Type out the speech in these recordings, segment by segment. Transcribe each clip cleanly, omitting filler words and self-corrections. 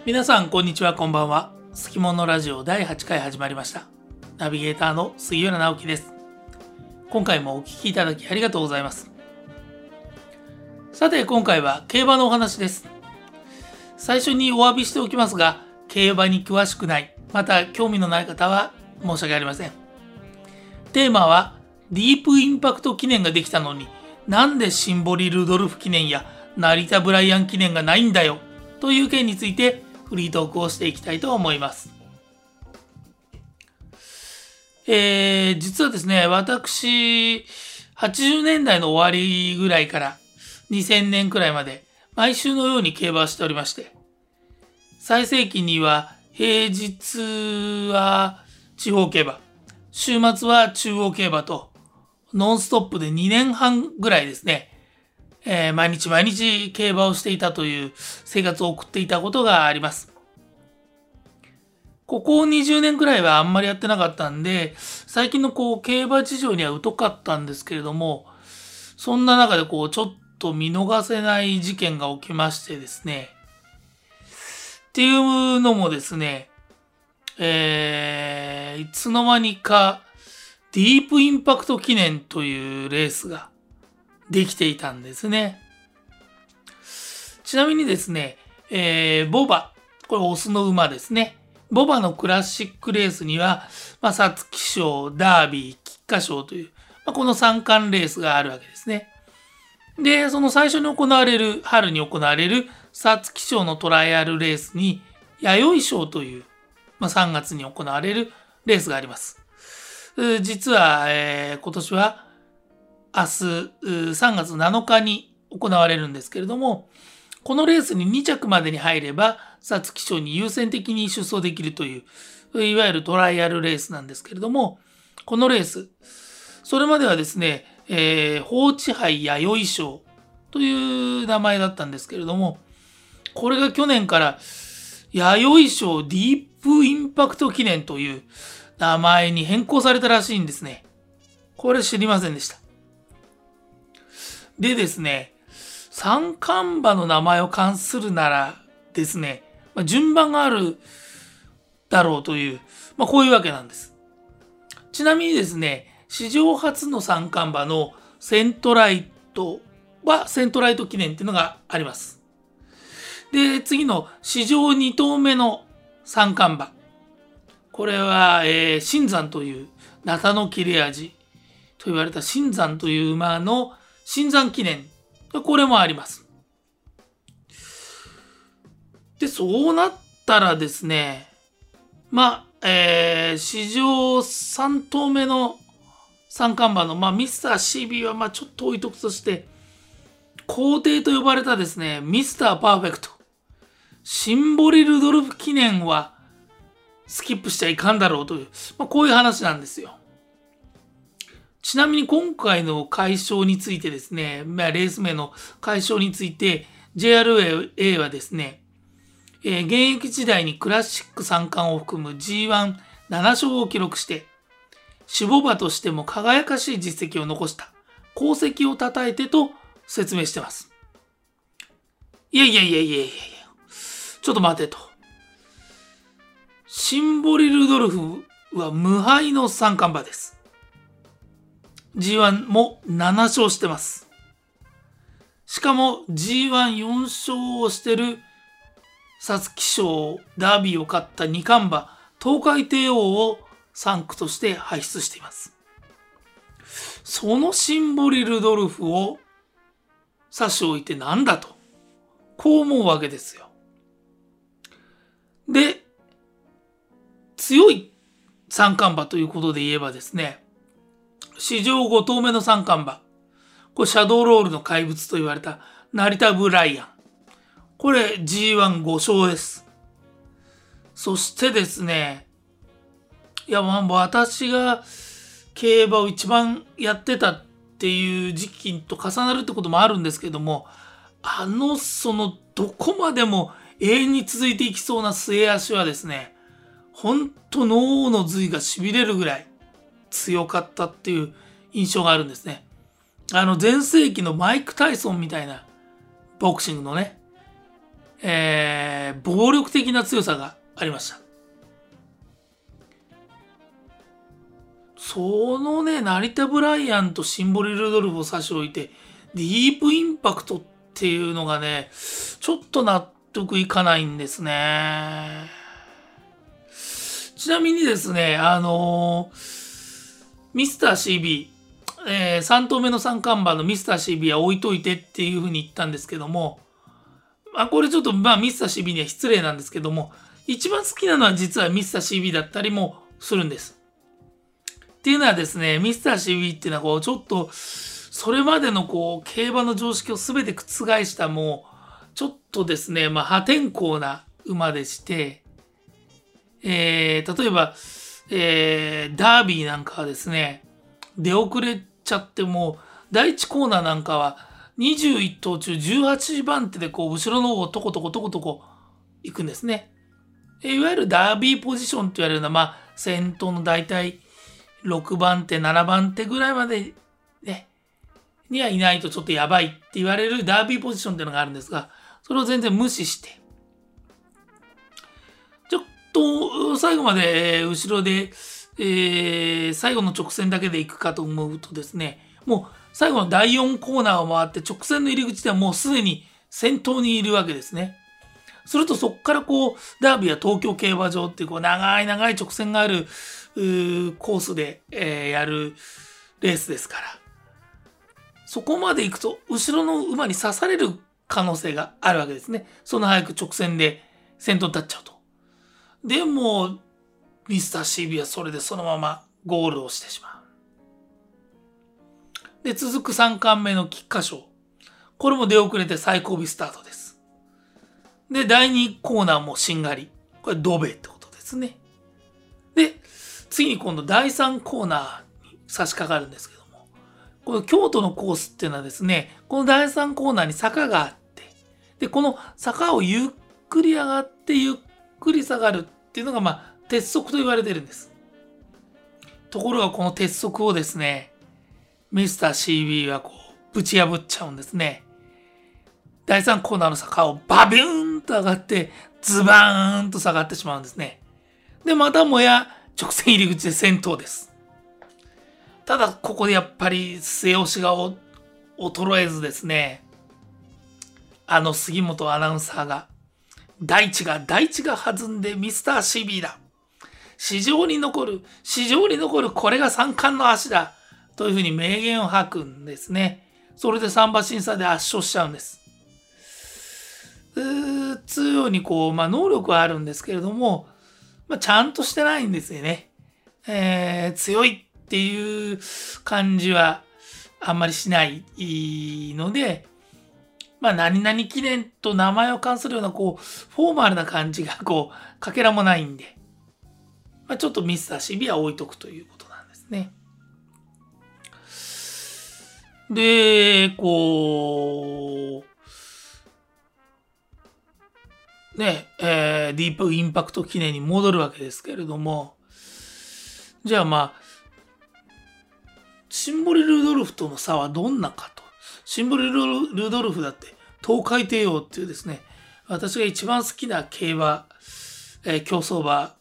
皆さんこんにちは、こんばんは。すきものラジオ第8回始まりました。ナビゲーターの杉浦直樹です。今回もお聞きいただきありがとうございます。さて今回は競馬のお話です。最初にお詫びしておきますが、競馬に詳しくない、また興味のない方は申し訳ありません。テーマはディープインパクト記念ができたのになんでシンボリルドルフ記念や成田ブライアン記念がないんだよという件についてフリートークをしていきたいと思います。実はですね、私、80年代の終わりぐらいから2000年くらいまで毎週のように競馬をしておりまして、最盛期には平日は地方競馬、週末は中央競馬とノンストップで2年半ぐらいですね、毎日毎日競馬をしていたという生活を送っていたことがあります。ここ20年くらいはあんまりやってなかったんで、最近の競馬事情には疎かったんですけれども、そんな中でちょっと見逃せない事件が起きましてですね。っていうのもですね、いつの間にかディープインパクト記念というレースができていたんですね。ちなみにですね、ボバ、これオスの馬ですね。ボバのクラシックレースには、皐月賞、ダービー、菊花賞という、この3冠レースがあるわけですね。で、その最初に行われる、春に行われる皐月賞のトライアルレースに、弥生賞という、3月に行われるレースがあります。実は、今年は明日3月7日に行われるんですけれども、このレースに2着までに入れば皐月賞に優先的に出走できるといういわゆるトライアルレースなんですけれども、このレースそれまではですね、放置杯弥生賞という名前だったんですけれども、これが去年から弥生賞ディープインパクト記念という名前に変更されたらしいんですね。これ知りませんでした。でですね、三冠馬の名前を冠するならですね、順番があるだろうという、こういうわけなんです。ちなみにですね、史上初の三冠馬のセントライトはセントライト記念っていうのがあります。で、次の史上2頭目の三冠馬。これは、新山というナタの切れ味と言われた新山という馬の新山記念。これもあります。で、そうなったらですね、史上3頭目の三冠馬の、ミスター CB はちょっと置いとくとして、皇帝と呼ばれたですね、ミスターパーフェクト、シンボリルドルフ記念はスキップしちゃいかんだろうという、こういう話なんですよ。ちなみに今回の解消についてですね、レース名の解消について JRA はですね、現役時代にクラシック三冠を含む G17 勝を記録して、種牡馬としても輝かしい実績を残した功績を称えてと説明してます。いや、ちょっと待てと。シンボリルドルフは無敗の三冠馬です。G1 も7勝してます。しかも G14 勝をしてる皐月賞ダービーを勝った二冠馬東海帝王を3区として輩出しています。そのシンボリルドルフを差し置いてなんだとこう思うわけですよ。で、強い三冠馬ということで言えばですね、史上5頭目の三冠馬。これシャドーロールの怪物と言われた成田ブライアン。これ G15 勝です。そしてですね、私が競馬を一番やってたっていう時期と重なるってこともあるんですけども、どこまでも永遠に続いていきそうな末脚はですね、ほんと脳の髄が痺れるぐらい強かったっていう印象があるんですね。前世紀のマイク・タイソンみたいなボクシングのね、 暴力的な強さがありました。そのね、成田ブライアンとシンボリ・ルドルフを差し置いて、ディープインパクトっていうのがね、ちょっと納得いかないんですね。ちなみにですね、ミスター CB、3頭目の三冠馬のミスター CB は置いといてっていうふうに言ったんですけども、これちょっとミスター CB には失礼なんですけども、一番好きなのは実はミスター CB だったりもするんです。っていうのはですね、ミスター CB っていうのはちょっと、それまでの競馬の常識を全て覆したちょっとですね、破天荒な馬でして、例えば、ダービーなんかはですね、出遅れちゃって第1コーナーなんかは21頭中18番手で後ろの方をトコトコ行くんですね。いわゆるダービーポジションと言われるのは、先頭の大体6番手、7番手ぐらいまでね、にはいないとちょっとやばいって言われるダービーポジションっていうのがあるんですが、それを全然無視して、ちょっと最後まで後ろで、最後の直線だけで行くかと思うとですね、もう最後の第4コーナーを回って直線の入り口ではもうすでに先頭にいるわけですね。するとそこからダービーは東京競馬場っていう長い直線があるコースで、やるレースですから。そこまで行くと後ろの馬に刺される可能性があるわけですね。その早く直線で先頭に立っちゃうと。でも、ミスター CB はそれでそのままゴールをしてしまう。で、続く3冠目の菊花賞。これも出遅れて最後尾スタートです。で、第2コーナーもしんがり。これドベってことですね。で、次に今度第3コーナーに差し掛かるんですけども、この京都のコースっていうのはですね、この第3コーナーに坂があって、で、この坂をゆっくり上がってゆっくり下がるっていうのが鉄則と言われてるんです。ところがこの鉄則をですね、ミスター CB はぶち破っちゃうんですね。第3コーナーの坂をバビューンと上がって、ズバーンと下がってしまうんですね。で、またもや直線入り口で先頭です。ただ、ここでやっぱり末押しが衰えずですね、杉本アナウンサーが、大地が弾んでミスター CB だ。史上に残る、これが三冠の足だ。というふうに名言を吐くんですね。それで3馬審査で圧勝しちゃうんです。通用に能力はあるんですけれども、ちゃんとしてないんですよね。強いっていう感じはあんまりしないので、何々記念と名前を冠するようなフォーマルな感じがかけらもないんで、ちょっとミスター CB は置いとくということなんですね。で、ディープインパクト記念に戻るわけですけれども、じゃあシンボリ・ルドルフとの差はどんなかと。シンボリ・ルドルフだって東海帝王っていうですね、私が一番好きな競馬、競走馬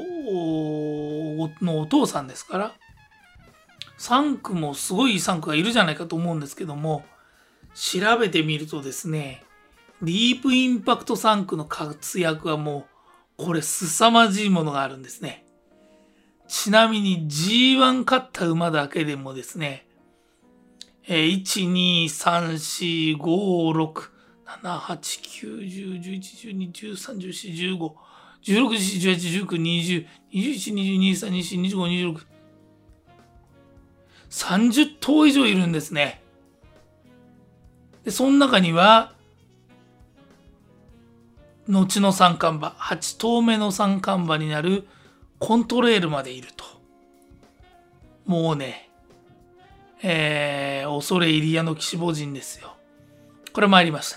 のお父さんですから、3区もすごい3区がいるじゃないかと思うんですけども、調べてみるとですね、ディープインパクト3区の活躍はこれ凄まじいものがあるんですね。ちなみに G1 勝った馬だけでもですね、1、2、3、4、5、6、7、8、9、10、11、12、13、14、15、16、17、18、19、20、21、22、23、24、25、26、30頭以上いるんですね。で、その中には、後の三冠馬、8頭目の三冠馬になるコントレールまでいると。もうね、恐れ入り屋の騎士母人ですよ。これ参りました。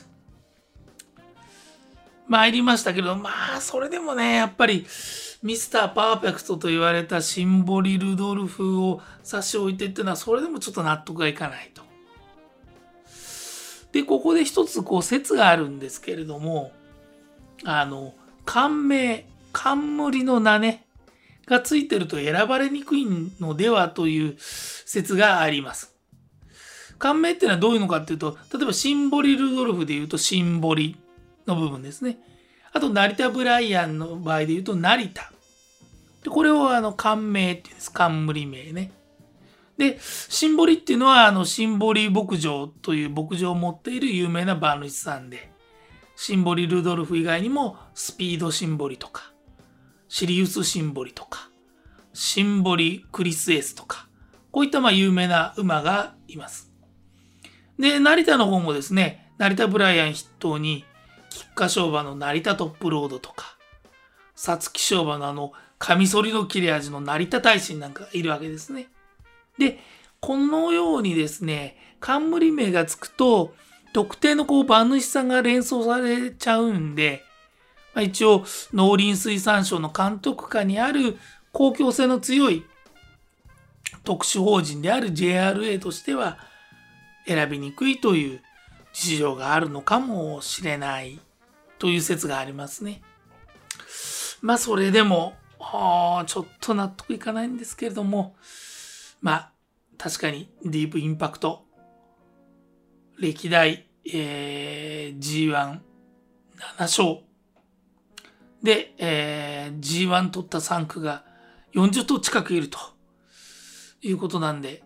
けど、それでもね、やっぱり、ミスターパーフェクトと言われたシンボリ・ルドルフを差し置いてっていうのは、それでもちょっと納得がいかないと。で、ここで一つ説があるんですけれども、 冠の名ね、がついてると選ばれにくいのではという説があります。冠名っていうのはどういうのかっていうと、例えばシンボリ・ルドルフで言うとシンボリの部分ですね。あと成田ブライアンの場合で言うと成田。でこれを冠名っていうんです。冠名ね。で、シンボリっていうのはシンボリ牧場という牧場を持っている有名な馬主さんで、シンボリ・ルドルフ以外にもスピード・シンボリとか、シリウス・シンボリとか、シンボリ・クリスエスとか、こういった有名な馬がいます。で、成田の方もですね、成田ブライアン筆頭に、菊花賞馬の成田トップロードとか、皐月賞馬のカミソリの切れ味の成田大臣なんかがいるわけですね。で、このようにですね、冠名がつくと、特定の馬主さんが連想されちゃうんで、一応農林水産省の監督下にある公共性の強い特殊法人である JRA としては選びにくいという事情があるのかもしれないという説がありますね。それでもちょっと納得いかないんですけれども、確かにディープインパクト歴代、G17 勝で、G1 取った3区が40頭近くいるということなんで、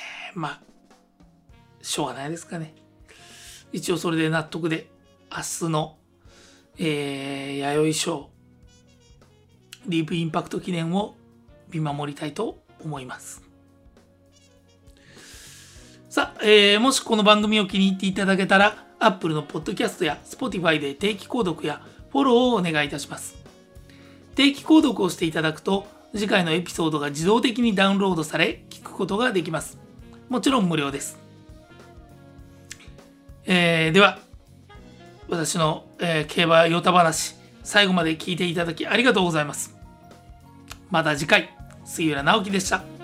しょうがないですかね。一応それで納得で、明日の、弥生賞ディープインパクト記念を見守りたいと思います。さあ、もしこの番組を気に入っていただけたら、Apple のポッドキャストや Spotify で定期購読やフォローをお願いいたします。定期購読をしていただくと、次回のエピソードが自動的にダウンロードされ、聞くことができます。もちろん無料です。では、私の、競馬ヨタ話、最後まで聞いていただきありがとうございます。また次回、杉浦直樹でした。